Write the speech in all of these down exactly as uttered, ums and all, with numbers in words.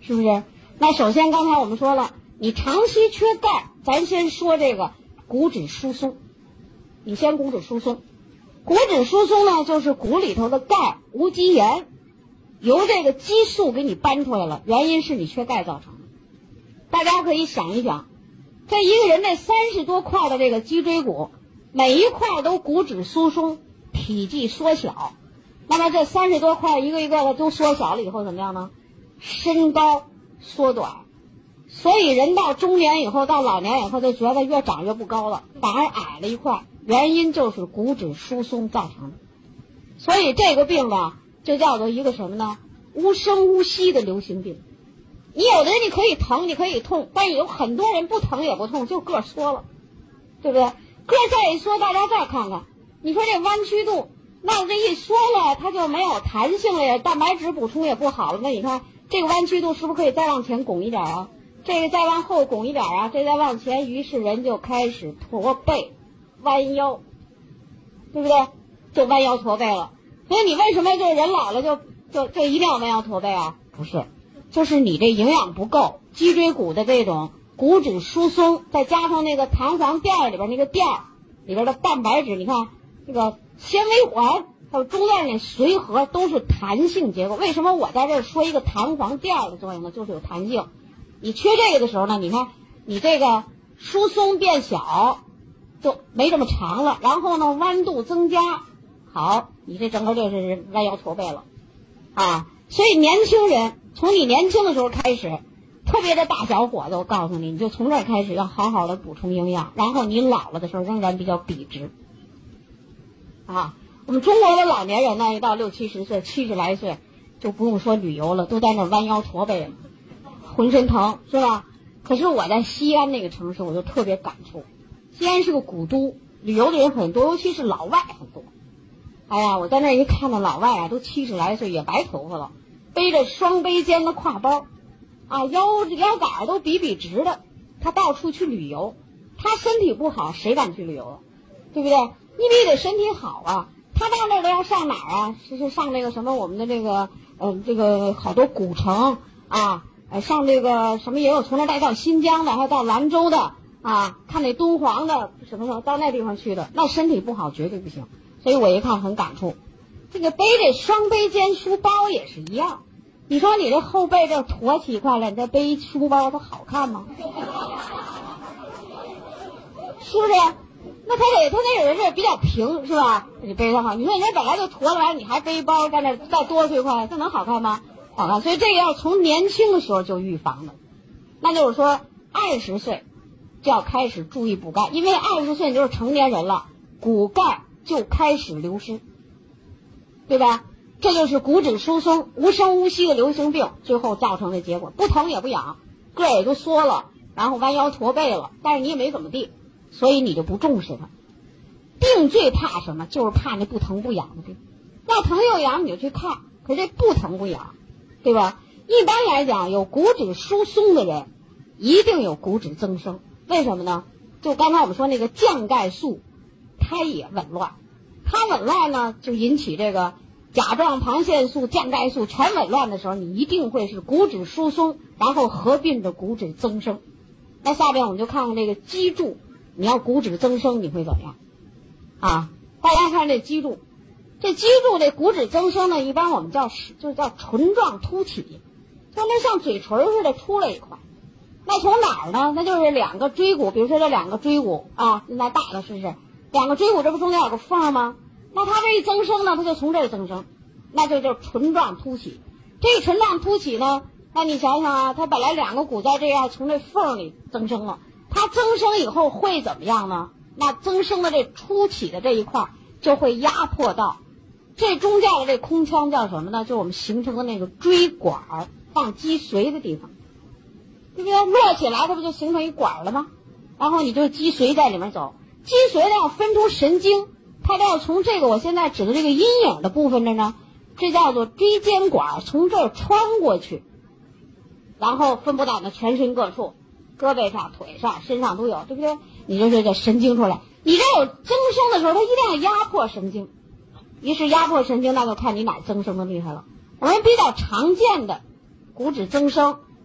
是不是？那首先刚才我们说了，你长期缺钙，咱先说这个骨质疏松。你先骨质疏松，骨质疏松呢，就是骨里头的钙无机盐由这个激素给你搬出来了，原因是你缺钙造成的。大家可以想一想，这一个人这三十多块的这个脊椎骨，每一块都骨质疏松，体积缩小，那么这三十多块一个一个的都缩小了以后怎么样呢？身高缩短，所以人到中年以后，到老年以后就觉得越长越不高了，反而矮了一块，原因就是骨质疏松造成的。所以这个病呢，就叫做一个什么呢？无声无息的流行病。你有的人你可以疼，你可以痛，但有很多人不疼也不痛，就个缩了，对不对？个再一缩，大家再看看，你说这弯曲度，那这一缩了，它就没有弹性了呀，蛋白质补充也不好了。那你看这个弯曲度是不是可以再往前拱一点啊？这个再往后拱一点啊，这再往前，于是人就开始驼背、弯腰，对不对？就弯腰驼背了。所以你为什么就是人老了就就就一定要弯腰驼背啊？不是，就是你这营养不够，脊椎骨的这种骨质疏松，再加上那个弹簧垫里边那个垫里边的蛋白质，你看这个纤维环还有中间那髓核都是弹性结构。为什么我在这儿说一个弹簧垫的作用呢？就是有弹性。你缺这个的时候呢，你看你这个疏松变小，就没这么长了，然后呢弯度增加，好，你这整个就是弯腰驼背了啊。所以年轻人从你年轻的时候开始，特别的大小伙子，我告诉你，你就从这儿开始要好好的补充营养，然后你老了的时候仍然比较笔直啊。我们中国的老年人呢，一到六七十岁、七十来岁，就不用说旅游了，都在那弯腰驼背了，浑身疼，是吧？可是我在西安那个城市，我就特别感触。西安是个古都，旅游的人很多，尤其是老外很多。哎呀，我在那一看到老外啊，都七十来岁，也白头发了，背着双背肩的挎包，啊，腰腰杆都笔笔直的，他到处去旅游。他身体不好，谁敢去旅游啊？对不对？你必须得身体好啊。他到那儿都要上哪儿啊？是是上那个什么我们的这个呃这个好多古城啊，呃上这个什么也有，从那带到新疆的，还有到兰州的啊，看那敦煌的什么什么，到那地方去的，那身体不好绝对不行。所以我一看很感触。这个背这双背肩书包也是一样，你说你这后背这驼起一块来，你再背书包，它好看吗？是不是？那他得他那个人是比较平，是吧？你背上嘛，你说人家本来就驼来，你还背包在那再多出一块，这能好看吗？好看。所以这个要从年轻的时候就预防的，那就是说二十岁就要开始注意补钙，因为二十岁你就是成年人了，骨钙就开始流失，对吧？这就是骨质疏松无声无息的流行病最后造成的结果，不疼也不痒，个儿也就缩了，然后弯腰驼背了，但是你也没怎么地，所以你就不重视它。病最怕什么？就是怕那不疼不痒的病。要疼又痒你就去看，可是这不疼不痒，对吧？一般来讲，有骨质疏松的人一定有骨质增生。为什么呢？就刚才我们说那个降钙素它也紊乱，它紊乱呢就引起这个甲状旁腺素、降钙素全紊乱的时候，你一定会是骨质疏松，然后合并着骨质增生。那下边我们就看看这个脊柱，你要骨质增生你会怎么样啊？大家看这脊柱，这脊柱这骨质增生呢，一般我们叫就是叫唇状凸起，就那像嘴唇似的出来一块。那从哪儿呢？那就是两个椎骨，比如说这两个椎骨啊，那大的试试，两个椎骨这不中间有个缝吗？那它这一增生呢，它就从这儿增生，那就叫唇状凸起。这个唇状凸起呢，那你想想啊，它本来两个骨在这样从这缝里增生了，它增生以后会怎么样呢？那增生的这凸起的这一块就会压迫到这中间的这空腔，叫什么呢？就是我们形成的那个椎管放脊髓的地方，对不对？摞起来它不就形成一管了吗？然后你就脊髓在里面走，脊髓要分出神经，它要从这个我现在指的这个阴影的部分这呢，这叫做椎间管，从这儿穿过去，然后分布到的全身各处，胳膊上、腿上、身上都有，对不对？你就这个神经出来，你这有增生的时候，它一定要压迫神经，于是压迫神经，那就看你哪增生的厉害了。我们比较常见的骨质增生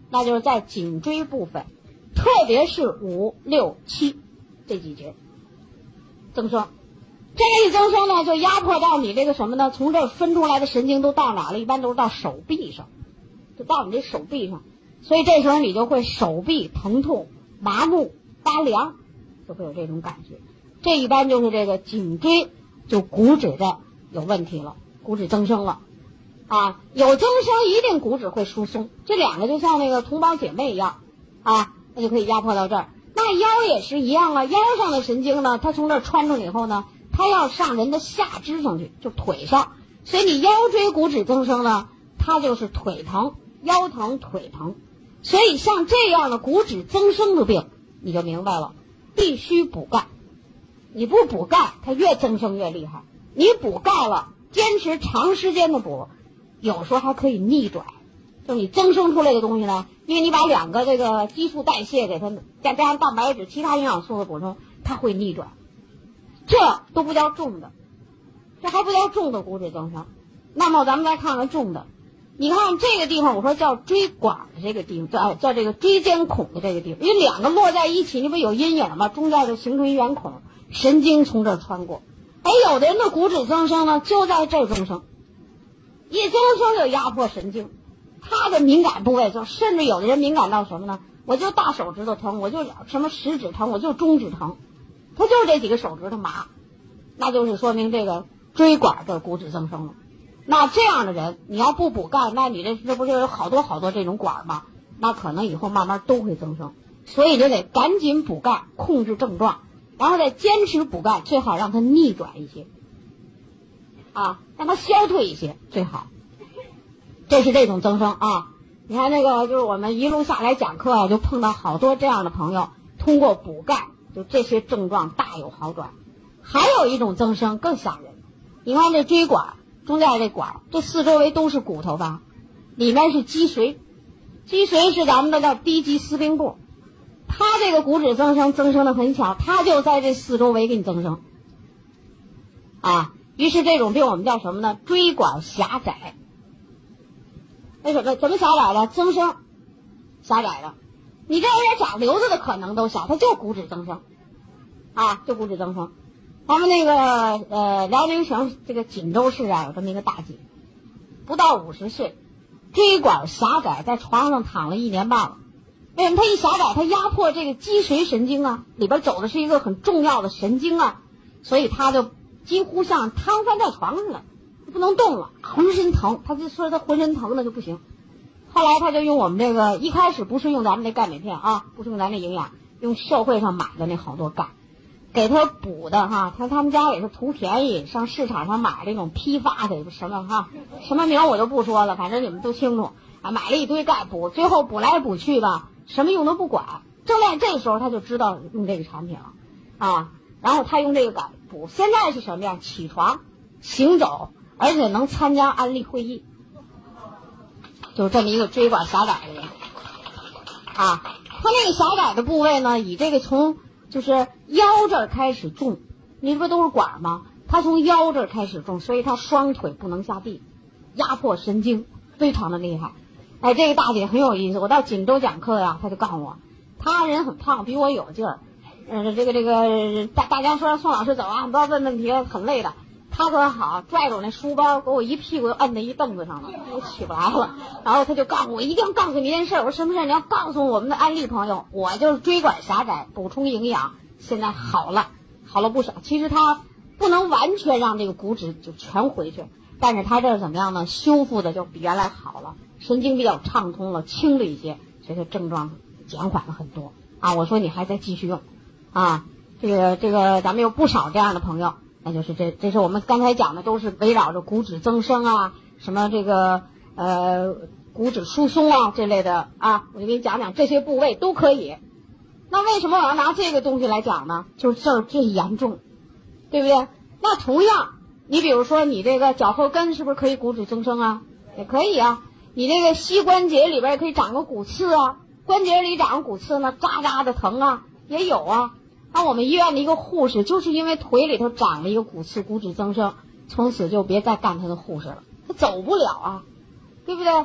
那就是在颈椎部分，特别是五六七这几节增生。这一增生呢，就压迫到你这个什么呢？从这儿分出来的神经都到哪了？一般都是到手臂上，就到你这手臂上，所以这时候你就会手臂疼痛、麻木、发凉，就会有这种感觉。这一般就是这个颈椎就骨质的有问题了，骨质增生了啊。有增生一定骨质会疏松，这两个就像那个同胞姐妹一样啊，那就可以压迫到这儿。那腰也是一样啊，腰上的神经呢，它从这儿穿出以后呢，它要上人的下肢上去，就腿上，所以你腰椎骨质增生呢，它就是腿疼、腰疼、腿疼。所以像这样的骨质增生的病，你就明白了，必须补钙。你不补钙，它越增生越厉害。你补钙了，坚持长时间的补，有时候还可以逆转。就你增生出来的东西呢，因为你把两个这个激素代谢给它，再加上蛋白质、其他营养素的补充，它会逆转。这都不叫重的，这还不叫重的骨质增生。那么咱们再看看重的，你看这个地方，我说叫椎管的这个地方，叫叫这个椎间孔的这个地方，因为两个落在一起，你不有阴影吗？中间就形成一圆孔，神经从这儿穿过。哎，有的人的骨质增生呢，就在这儿增生，一增生就压迫神经，他的敏感部位就甚至有的人敏感到什么呢？我就大手指头疼，我就什么食指疼，我就中指疼。他就是这几个手指头麻，那就是说明这个椎管的骨质增生了。那这样的人，你要不补钙，那你这这不是有好多好多这种管吗？那可能以后慢慢都会增生。所以就得赶紧补钙，控制症状，然后再坚持补钙，最好让它逆转一些，啊，让它消退一些最好。这是这种增生啊。你看那个就是我们一路下来讲课啊，就碰到好多这样的朋友，通过补钙，就这些症状大有好转。还有一种增生更吓人，你看这椎管中间这管，这四周围都是骨头吧，里面是脊髓，脊髓是咱们的叫低级司令部，它这个骨质增生增生的很小，它就在这四周围给你增生啊。于是这种病我们叫什么呢？椎管狭窄。为什么？怎么狭窄了？增生狭窄了。你这有点长瘤子的可能都小，它就骨质增生啊，就骨质增生。咱们那个呃辽宁省这个锦州市啊，有这么一个大姐，不到五十岁，椎管狭窄，在床上躺了一年半了。为什么？它一狭窄，它压迫这个脊髓神经啊，里边走的是一个很重要的神经啊，所以他就几乎像瘫痪在床上了，不能动了，浑身疼。他就说他浑身疼的就不行。后来他就用我们这个，一开始不是用咱们那钙镁片啊，不是用咱那营养，用社会上买的那好多钙，给他补的哈。他他们家也是图便宜，上市场上买那种批发的什么哈，什么名我就不说了，反正你们都清楚啊。买了一堆钙补，最后补来补去吧，什么用都不管。正在这时候他就知道用这个产品了啊，然后他用这个钙补，现在是什么样？起床、行走，而且能参加安利会议。就是这么一个椎管狭窄的人啊，他那个狭窄的部位呢，以这个从就是腰这儿开始重，你这不都是管吗？他从腰这儿开始重，所以他双腿不能下地，压迫神经非常的厉害。哎，这个大姐很有意思，我到锦州讲课呀，她就告诉我，她人很胖，比我有劲儿。嗯，这个这个大大家说宋老师走啊，不要问问题，很累的。他可好，拽着我那书包，给我一屁股摁在一凳子上了，我起不来了。然后他就告诉我，一定要告诉你一件事。我说什么事？你要告诉我们的安利朋友，我就是椎管狭窄，补充营养，现在好了，好了不少。其实他不能完全让这个骨质就全回去，但是他这怎么样呢？修复的就比原来好了，神经比较畅通了，轻了一些，所以他症状减缓了很多啊。我说你还在继续用啊，这个这个咱们有不少这样的朋友。那就是这，这是我们刚才讲的，都是围绕着骨质增生啊，什么这个呃骨质疏松啊这类的啊，我就给你讲讲这些部位都可以。那为什么我要拿这个东西来讲呢？就是这儿最严重，对不对？那同样，你比如说你这个脚后跟是不是可以骨质增生啊？也可以啊。你这个膝关节里边也可以长个骨刺啊，关节里长个骨刺呢，扎扎的疼啊，也有啊。那我们医院的一个护士，就是因为腿里头长了一个骨刺，骨质增生，从此就别再干他的护士了，他走不了啊，对不对？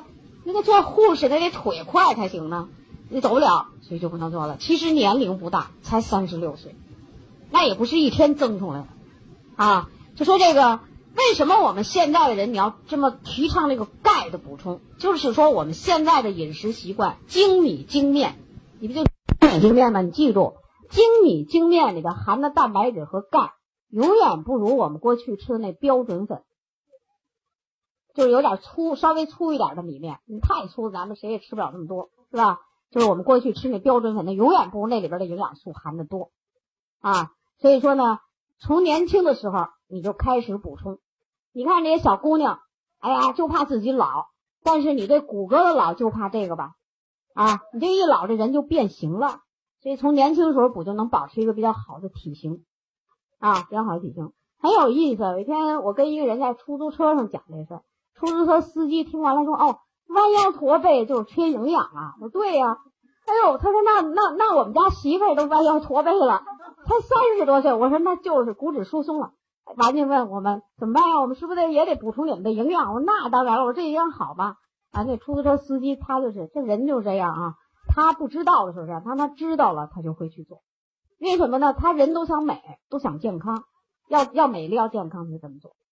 那个做护士的得腿快才行呢，你走不了，所以就不能做了。其实年龄不大，才三十六岁，那也不是一天增出来的啊。就说这个为什么我们现在的人你要这么提倡这个钙的补充，就是说我们现在的饮食习惯精米精面，你不就精米精面吗？你记住，精米精面里边含的蛋白质和钙永远不如我们过去吃的那标准粉，就是有点粗，稍微粗一点的米面，你太粗咱们谁也吃不了那么多，是吧？就是我们过去吃那标准粉，那永远不如那里边的营养素含的多啊。所以说呢，从年轻的时候你就开始补充。你看这些小姑娘，哎呀，就怕自己老，但是你这骨骼的老就怕这个吧，啊，你这一老这人就变形了。所以从年轻的时候补就能保持一个比较好的体型，啊，比较好的体型，很有意思。有一天我跟一个人在出租车上讲这事，出租车司机听完了说：“哦，弯腰驼背就是缺营养啊。”我说：“对呀、啊。”哎呦，他说：“那那那我们家媳妇儿都弯腰驼背了，才三十多岁。”我说：“那就是骨质疏松了。”完就问我们怎么办呀？我们是不是也得补充你们的营养？我说：“那当然了，我说这营养好吧。”啊，那出租车司机他就是这人就是这样啊。他不知道的时候这样，当他知道了，他就会去做。为什么呢？他人都想美，都想健康，要要美丽，要健康，就这么做。